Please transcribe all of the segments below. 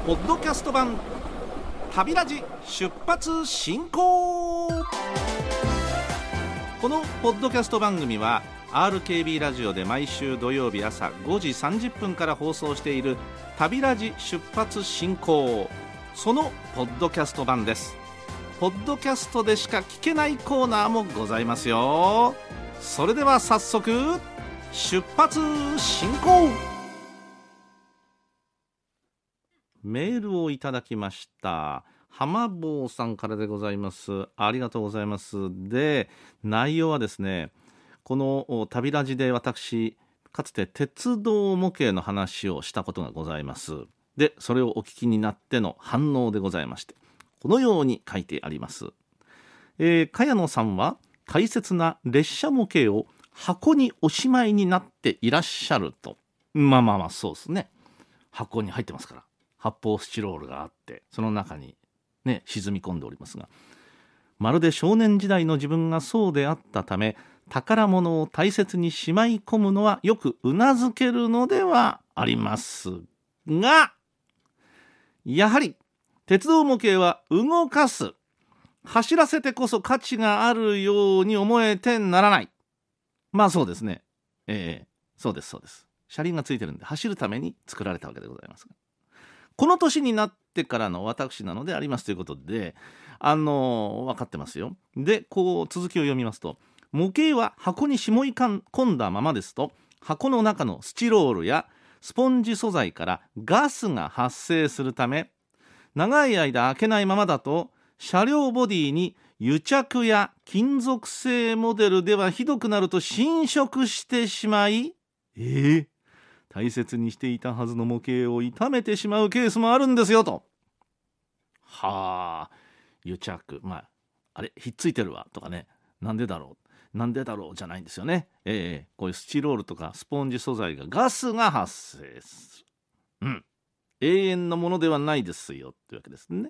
ポッドキャスト版旅ラジ出発進行。このポッドキャスト番組は RKB ラジオで毎週土曜日朝5時30分から放送している旅ラジ出発進行、そのポッドキャスト版です。ポッドキャストでしか聞けないコーナーもございますよ。それでは早速出発進行。メールをいただきました。浜坊さんからでございます。ありがとうございます。で、内容はですね、この旅ラジで私かつて鉄道模型の話をしたことがございます。で、それをお聞きになっての反応でございまして、このように書いてあります。茅野さんは大切な列車模型を箱におしまいになっていらっしゃると。まあそうですね。箱に入ってますから、発泡スチロールがあって、その中にね沈み込んでおりますが、まるで少年時代の自分がそうであったため、宝物を大切にしまい込むのはよくうなずけるのではありますが、やはり鉄道模型は動かす、走らせてこそ価値があるように思えてならない。まあそうですね、そうです。車輪がついてるんで走るために作られたわけでございますが、この年になってからの私なのでありますということで、分かってますよ。で、こう続きを読みますと、模型は箱にしもい込んだままですと、箱の中のスチロールやスポンジ素材からガスが発生するため、長い間開けないままだと車両ボディに癒着や金属製モデルではひどくなると侵食してしまい、大切にしていたはずの模型を傷めてしまうケースもあるんですよと。はあ、癒着、あれひっついてるわとかね、なんでだろうじゃないんですよね。こういうスチロールとかスポンジ素材がガスが発生する。永遠のものではないですよっていうわけですね。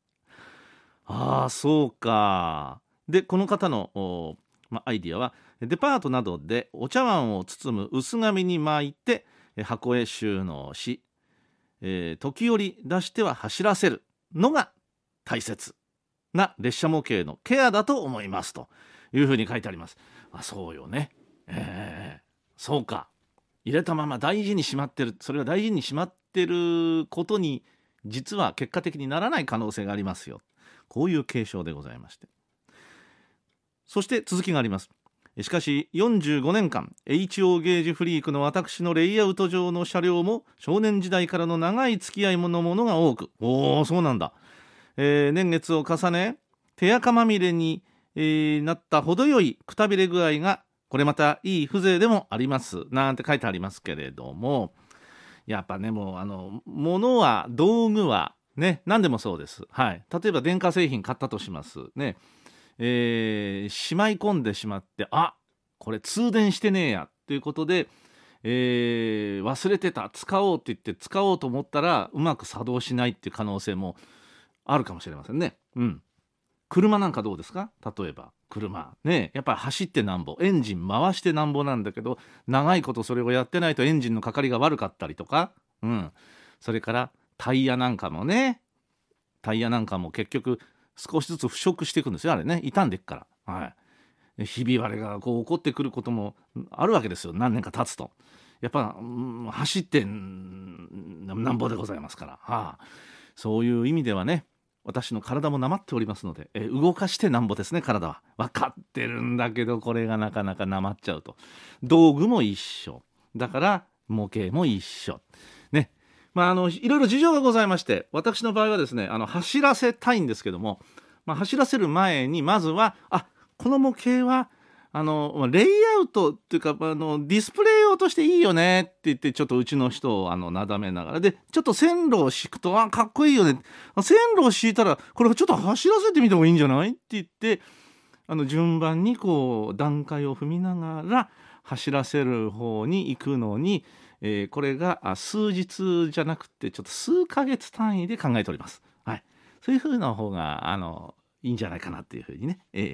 そうか。で、この方のアイディアは、デパートなどでお茶碗を包む薄紙に巻いて箱へ収納し、時折出しては走らせるのが大切な列車模型のケアだと思いますというふうに書いてあります。そうよね。そうか。入れたまま大事にしまってる、それが大事にしまってることに実は結果的にならない可能性がありますよ。こういう継承でございまして、そして続きがあります。しかし45年間 HO ゲージフリークの私のレイアウト上の車両も少年時代からの長い付き合いのものが多く、そうなんだ、年月を重ね手垢まみれに、なった程よいくたびれ具合が、これまたいい風情でもありますなんて書いてありますけれども、やっぱね、もう物は道具はね、何でもそうです。例えば電化製品買ったとしますね。しまい込んでしまって、これ通電してねえやということで、忘れてた、使おうって言って使おうと思ったらうまく作動しないっていう可能性もあるかもしれませんね。車なんかどうですか。例えば車ね、やっぱり走ってなんぼ、エンジン回してなんぼなんだけど、長いことそれをやってないとエンジンのかかりが悪かったりとか、それからタイヤなんかも結局少しずつ腐食していくんですよ、あれね、傷んでいくから。ひび割れがこう起こってくることもあるわけですよ、何年か経つと。やっぱ、走ってなんぼでございますから、そういう意味ではね、私の体もなまっておりますので、動かしてなんぼですね。体は分かってるんだけど、これがなかなかなまっちゃうと。道具も一緒だから模型も一緒ね。いろいろ事情がございまして、私の場合はですね、走らせたいんですけども、走らせる前にまずはこの模型はレイアウトっていうか、ディスプレイ用としていいよねって言って、ちょっとうちの人をなだめながら、でちょっと線路を敷くとかっこいいよね、線路を敷いたらこれちょっと走らせてみた方がいいんじゃないって言って、順番にこう段階を踏みながら走らせる方に行くのに、これが数日じゃなくてちょっと数ヶ月単位で考えております。そういう風な方がいいんじゃないかなっていう風にね、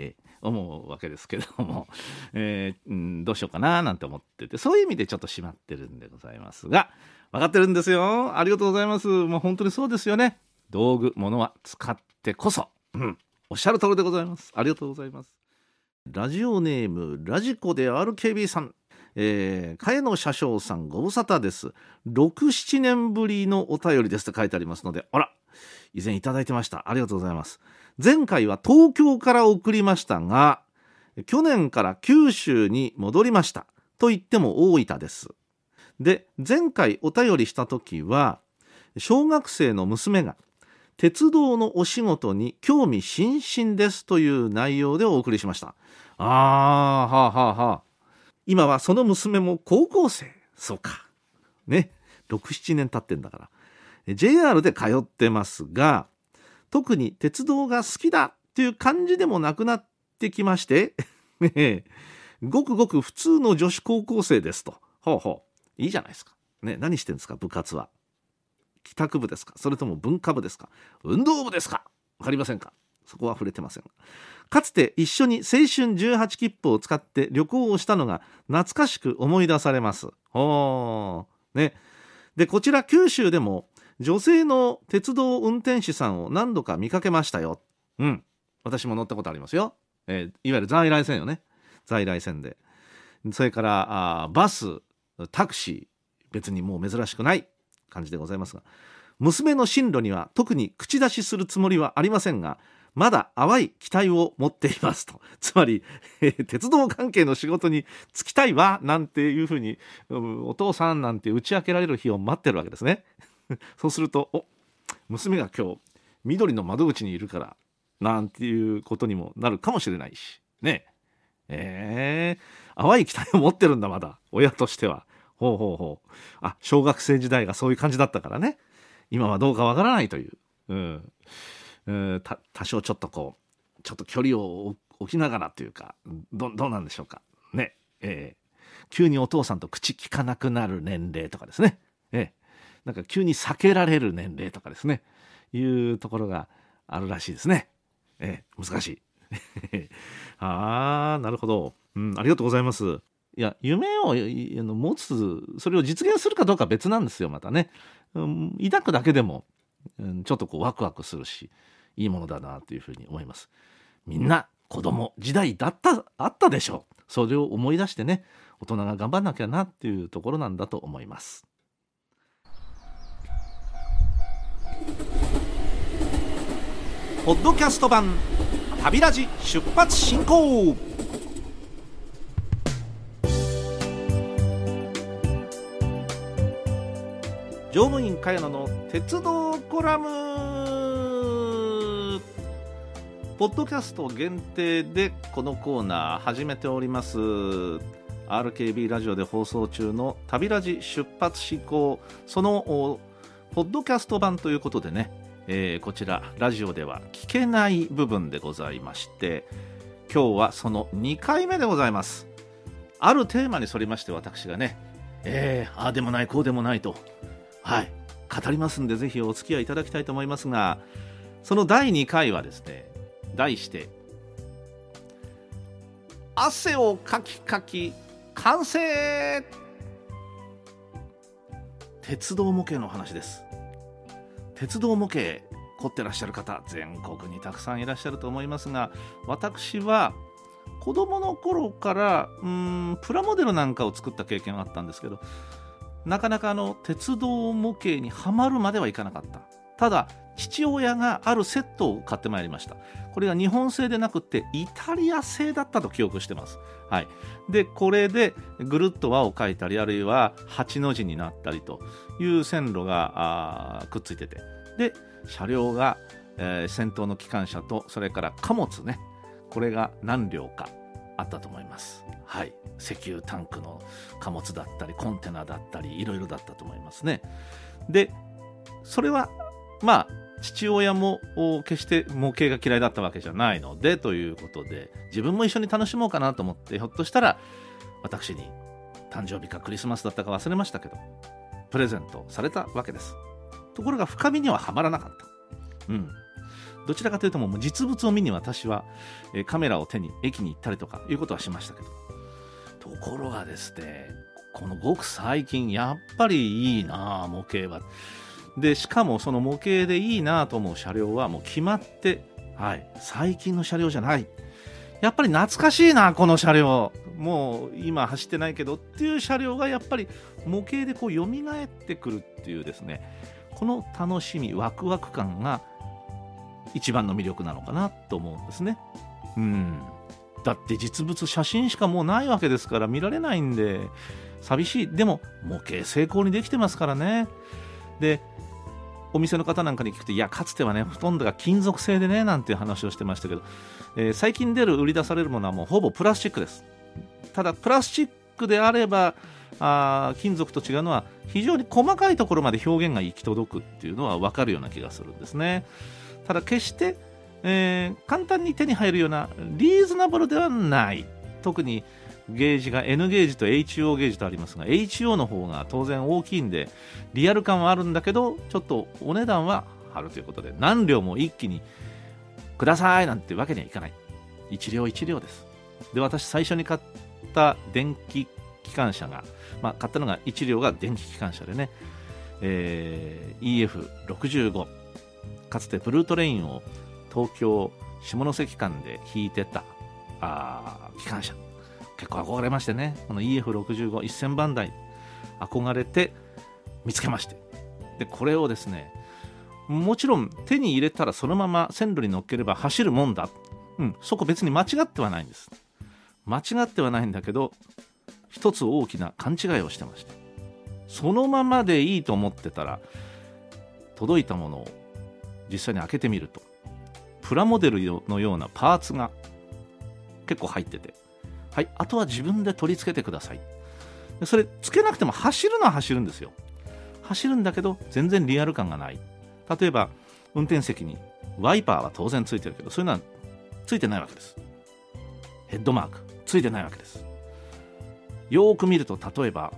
思うわけですけども、どうしようかななんて思ってて、そういう意味でちょっとしまってるんでございますが、分かってるんですよ。ありがとうございます。もう本当にそうですよね。道具物は使ってこそ、おっしゃる通りでございます。ありがとうございます。ラジオネームラジコで RKB さん、茅野車掌さん、ご無沙汰です。6、7年ぶりのお便りですと書いてありますので、あら、以前いただいてました。ありがとうございます。前回は東京から送りましたが、去年から九州に戻りました。と言っても大分です。で、前回お便りした時は、小学生の娘が鉄道のお仕事に興味津々ですという内容でお送りしました。はあはあはあ。今はその娘も高校生。そうか。ね。6、7年経ってんだから。JR で通ってますが、特に鉄道が好きだっていう感じでもなくなってきまして、ごくごく普通の女子高校生ですと。ほうほう。いいじゃないですか。ね、何してんですか、部活は。帰宅部ですか、それとも文化部ですか、運動部ですか、わかりませんか。そこは触れてません。かつて一緒に青春18切符を使って旅行をしたのが懐かしく思い出されます。ね。で、こちら九州でも女性の鉄道運転手さんを何度か見かけましたよ。私も乗ったことありますよ。いわゆる在来線よね。在来線で。それからバス、タクシー、別にもう珍しくない感じでございますが、娘の進路には特に口出しするつもりはありませんが、まだ淡い期待を持っていますと。つまり、鉄道関係の仕事に就きたいわなんていうふうに、お父さんなんて打ち明けられる日を待ってるわけですね。そうすると、娘が今日緑の窓口にいるからなんていうことにもなるかもしれないしね。淡い期待を持ってるんだ、まだ親としては。小学生時代がそういう感じだったからね。今はどうかわからないという、多少ちょっとちょっと距離を置きながらというか、どうなんでしょうかね。急にお父さんと口聞かなくなる年齢とかですね。なんか急に避けられる年齢とかですね、いうところがあるらしいですね。難しい。なるほど、ありがとうございます。いや、夢を持つ、それを実現するかどうかは別なんですよ、またね。抱くだけでも、ちょっとワクワクするし、いいものだなというふうに思います。みんな子供時代あったでしょう。それを思い出してね、大人が頑張んなきゃなっていうところなんだと思います。ポッドキャスト版旅ラジ出発進行。乗務員茅野の鉄道コラム。ポッドキャスト限定でこのコーナー始めております。 RKB ラジオで放送中の旅ラジ出発進行、そのポッドキャスト版ということでね、こちらラジオでは聞けない部分でございまして、今日はその2回目でございます。あるテーマに沿りまして、私がね、ああでもないこうでもないと語りますんで、ぜひお付き合いいただきたいと思いますが、その第2回はですね、題して汗をかきかき完成。鉄道模型の話です。鉄道模型凝ってらっしゃる方、全国にたくさんいらっしゃると思いますが、私は子供の頃からプラモデルなんかを作った経験があったんですけど、なかなか鉄道模型にはまるまではいかなかった。ただ父親があるセットを買ってまいりました。これが日本製でなくてイタリア製だったと記憶してます。でこれでぐるっと輪を描いたり、あるいは8の字になったりという線路がくっついてて、で車両が、先頭の機関車と、それから貨物ね、これが何両かあったと思います。石油タンクの貨物だったりコンテナだったり、いろいろだったと思いますね。でそれは父親も決して模型が嫌いだったわけじゃないのでということで、自分も一緒に楽しもうかなと思って、ひょっとしたら私に誕生日かクリスマスだったか忘れましたけどプレゼントされたわけです。ところが深みにははまらなかった。 どちらかというともう実物を見に私は、カメラを手に駅に行ったりとかいうことはしましたけど、ところがですね、このごく最近やっぱりいいな模型は。でしかもその模型でいいなと思う車両はもう決まって、はい、最近の車両じゃない、やっぱり懐かしいなこの車両、もう今走ってないけどっていう車両がやっぱり模型でこう蘇ってくるっていうですね、この楽しみワクワク感が一番の魅力なのかなと思うんですね。だって実物写真しかもうないわけですから見られないんで寂しい。でも模型成功にできてますからね。でお店の方なんかに聞くと、いやかつてはねほとんどが金属製でねなんていう話をしてましたけど、最近売り出されるものはもうほぼプラスチックです。ただプラスチックであれば金属と違うのは非常に細かいところまで表現が行き届くっていうのは分かるような気がするんですね。ただ決して、簡単に手に入るようなリーズナブルではない。特にゲージが N ゲージと HO ゲージとありますが、 HO の方が当然大きいんでリアル感はあるんだけどちょっとお値段は張るということで、何両も一気にくださいなんてわけにはいかない。一両一両です。で私最初に買った電気機関車が、買ったのが1両が電気機関車でね、EF65、 かつてブルートレインを東京下関間で引いてた機関車、結構憧れましてね、この EF651000 番台憧れて見つけまして、でこれをですね、もちろん手に入れたらそのまま線路に乗っければ走るもんだ、そこ別に間違ってはないんです。間違ってはないんだけど一つ大きな勘違いをしてました。そのままでいいと思ってたら、届いたものを実際に開けてみるとプラモデルのようなパーツが結構入ってて、はい、あとは自分で取り付けてください。でそれつけなくても走るのは走るんですよ。走るんだけど全然リアル感がない。例えば運転席にワイパーは当然ついてるけど、そういうのはついてないわけです。ヘッドマークついてないわけです。よーく見ると、例えば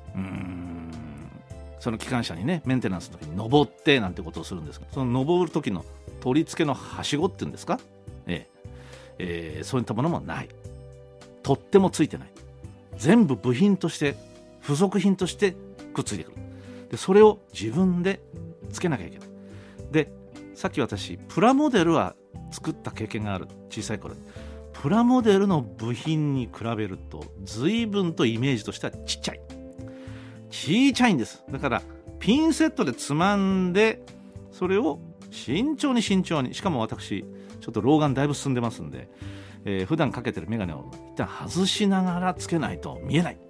その機関車にねメンテナンスの時に登ってなんてことをするんですが、その登る時の取り付けのはしごっていうんですか、そういったものもない。取っ手もついてない。全部部品として付属品としてくっついてくる。でそれを自分でつけなきゃいけない。でさっき私プラモデルは作った経験がある、小さい頃に。プラモデルの部品に比べると随分とイメージとしてはちっちゃいんです。だからピンセットでつまんで、それを慎重に、しかも私ちょっと老眼だいぶ進んでますんで、普段かけてるメガネを一旦外しながらつけないと見えない、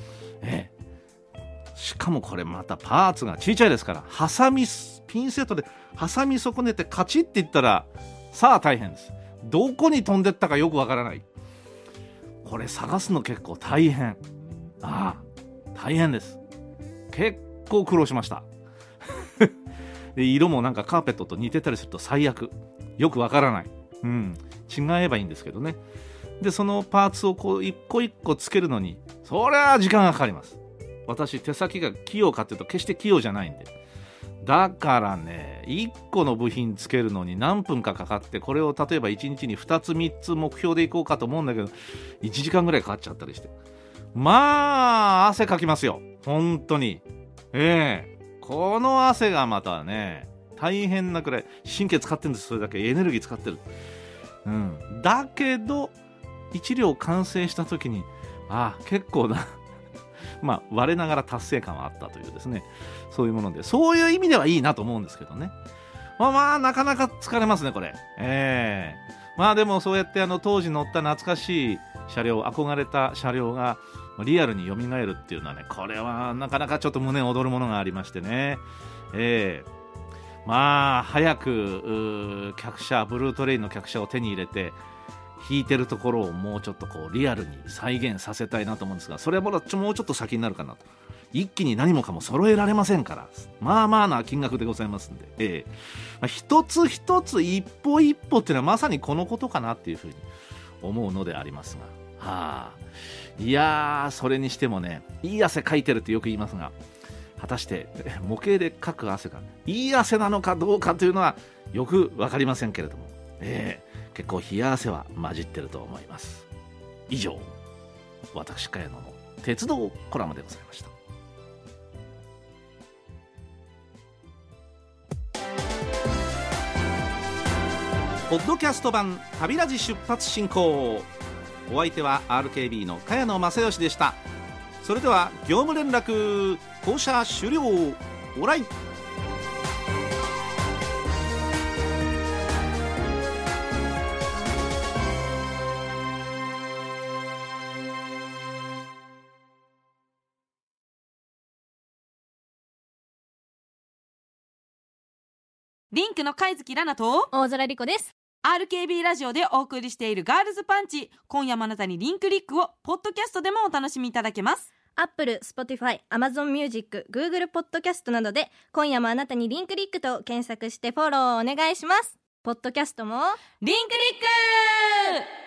しかもこれまたパーツがちっちゃいですから、ピンセットで挟み損ねてカチッっていったらさあ大変です。どこに飛んでったかよくわからない。これ探すの結構大変。大変です。結構苦労しましたで色もなんかカーペットと似てたりすると最悪、よくわからない。違えばいいんですけどね。でそのパーツをこう一個一個つけるのにそりゃ時間がかかります。私手先が器用かっていうと決して器用じゃないんで、だからね1個の部品つけるのに何分かかかって、これを例えば1日に2つ3つ目標でいこうかと思うんだけど1時間ぐらいかかっちゃったりして、汗かきますよ本当に。この汗がまたね大変なくらい神経使ってるんです。それだけエネルギー使ってる。だけど1両完成した時に結構な我ながら達成感はあったというですね、そういうもので、そういう意味ではいいなと思うんですけどね。なかなか疲れますねこれ。でもそうやって当時乗った懐かしい車両、憧れた車両がリアルに蘇るっていうのはね、これはなかなかちょっと胸躍るものがありましてね。早く客車、ブルートレインの客車を手に入れて引いてるところをもうちょっとリアルに再現させたいなと思うんですが、それはもうちょっと先になるかなと。一気に何もかも揃えられませんから、な金額でございますんで、一つ一つ一歩一歩っていうのはまさにこのことかなっていうふうに思うのでありますが、いやーそれにしてもね、いい汗かいてるってよく言いますが、 果たして模型でかく汗がいい汗なのかどうかというのはよく分かりませんけれども、結構冷や汗は混じってると思います。以上、私茅野の鉄道コラムでございました。ポッドキャスト版旅ラジ出発進行。お相手は RKB の茅野正義でした。それでは業務連絡降車終了。オライ。 リンクの貝月ラナと大空莉子です。 RKB ラジオでお送りしているガールズパンチ。今夜もあなたにリンクリックをポッドキャストでもお楽しみいただけます。 Apple、Spotify、Amazon Music、Google Podcast などで今夜もあなたにリンクリックと検索してフォローお願いします。ポッドキャストもリンクリック。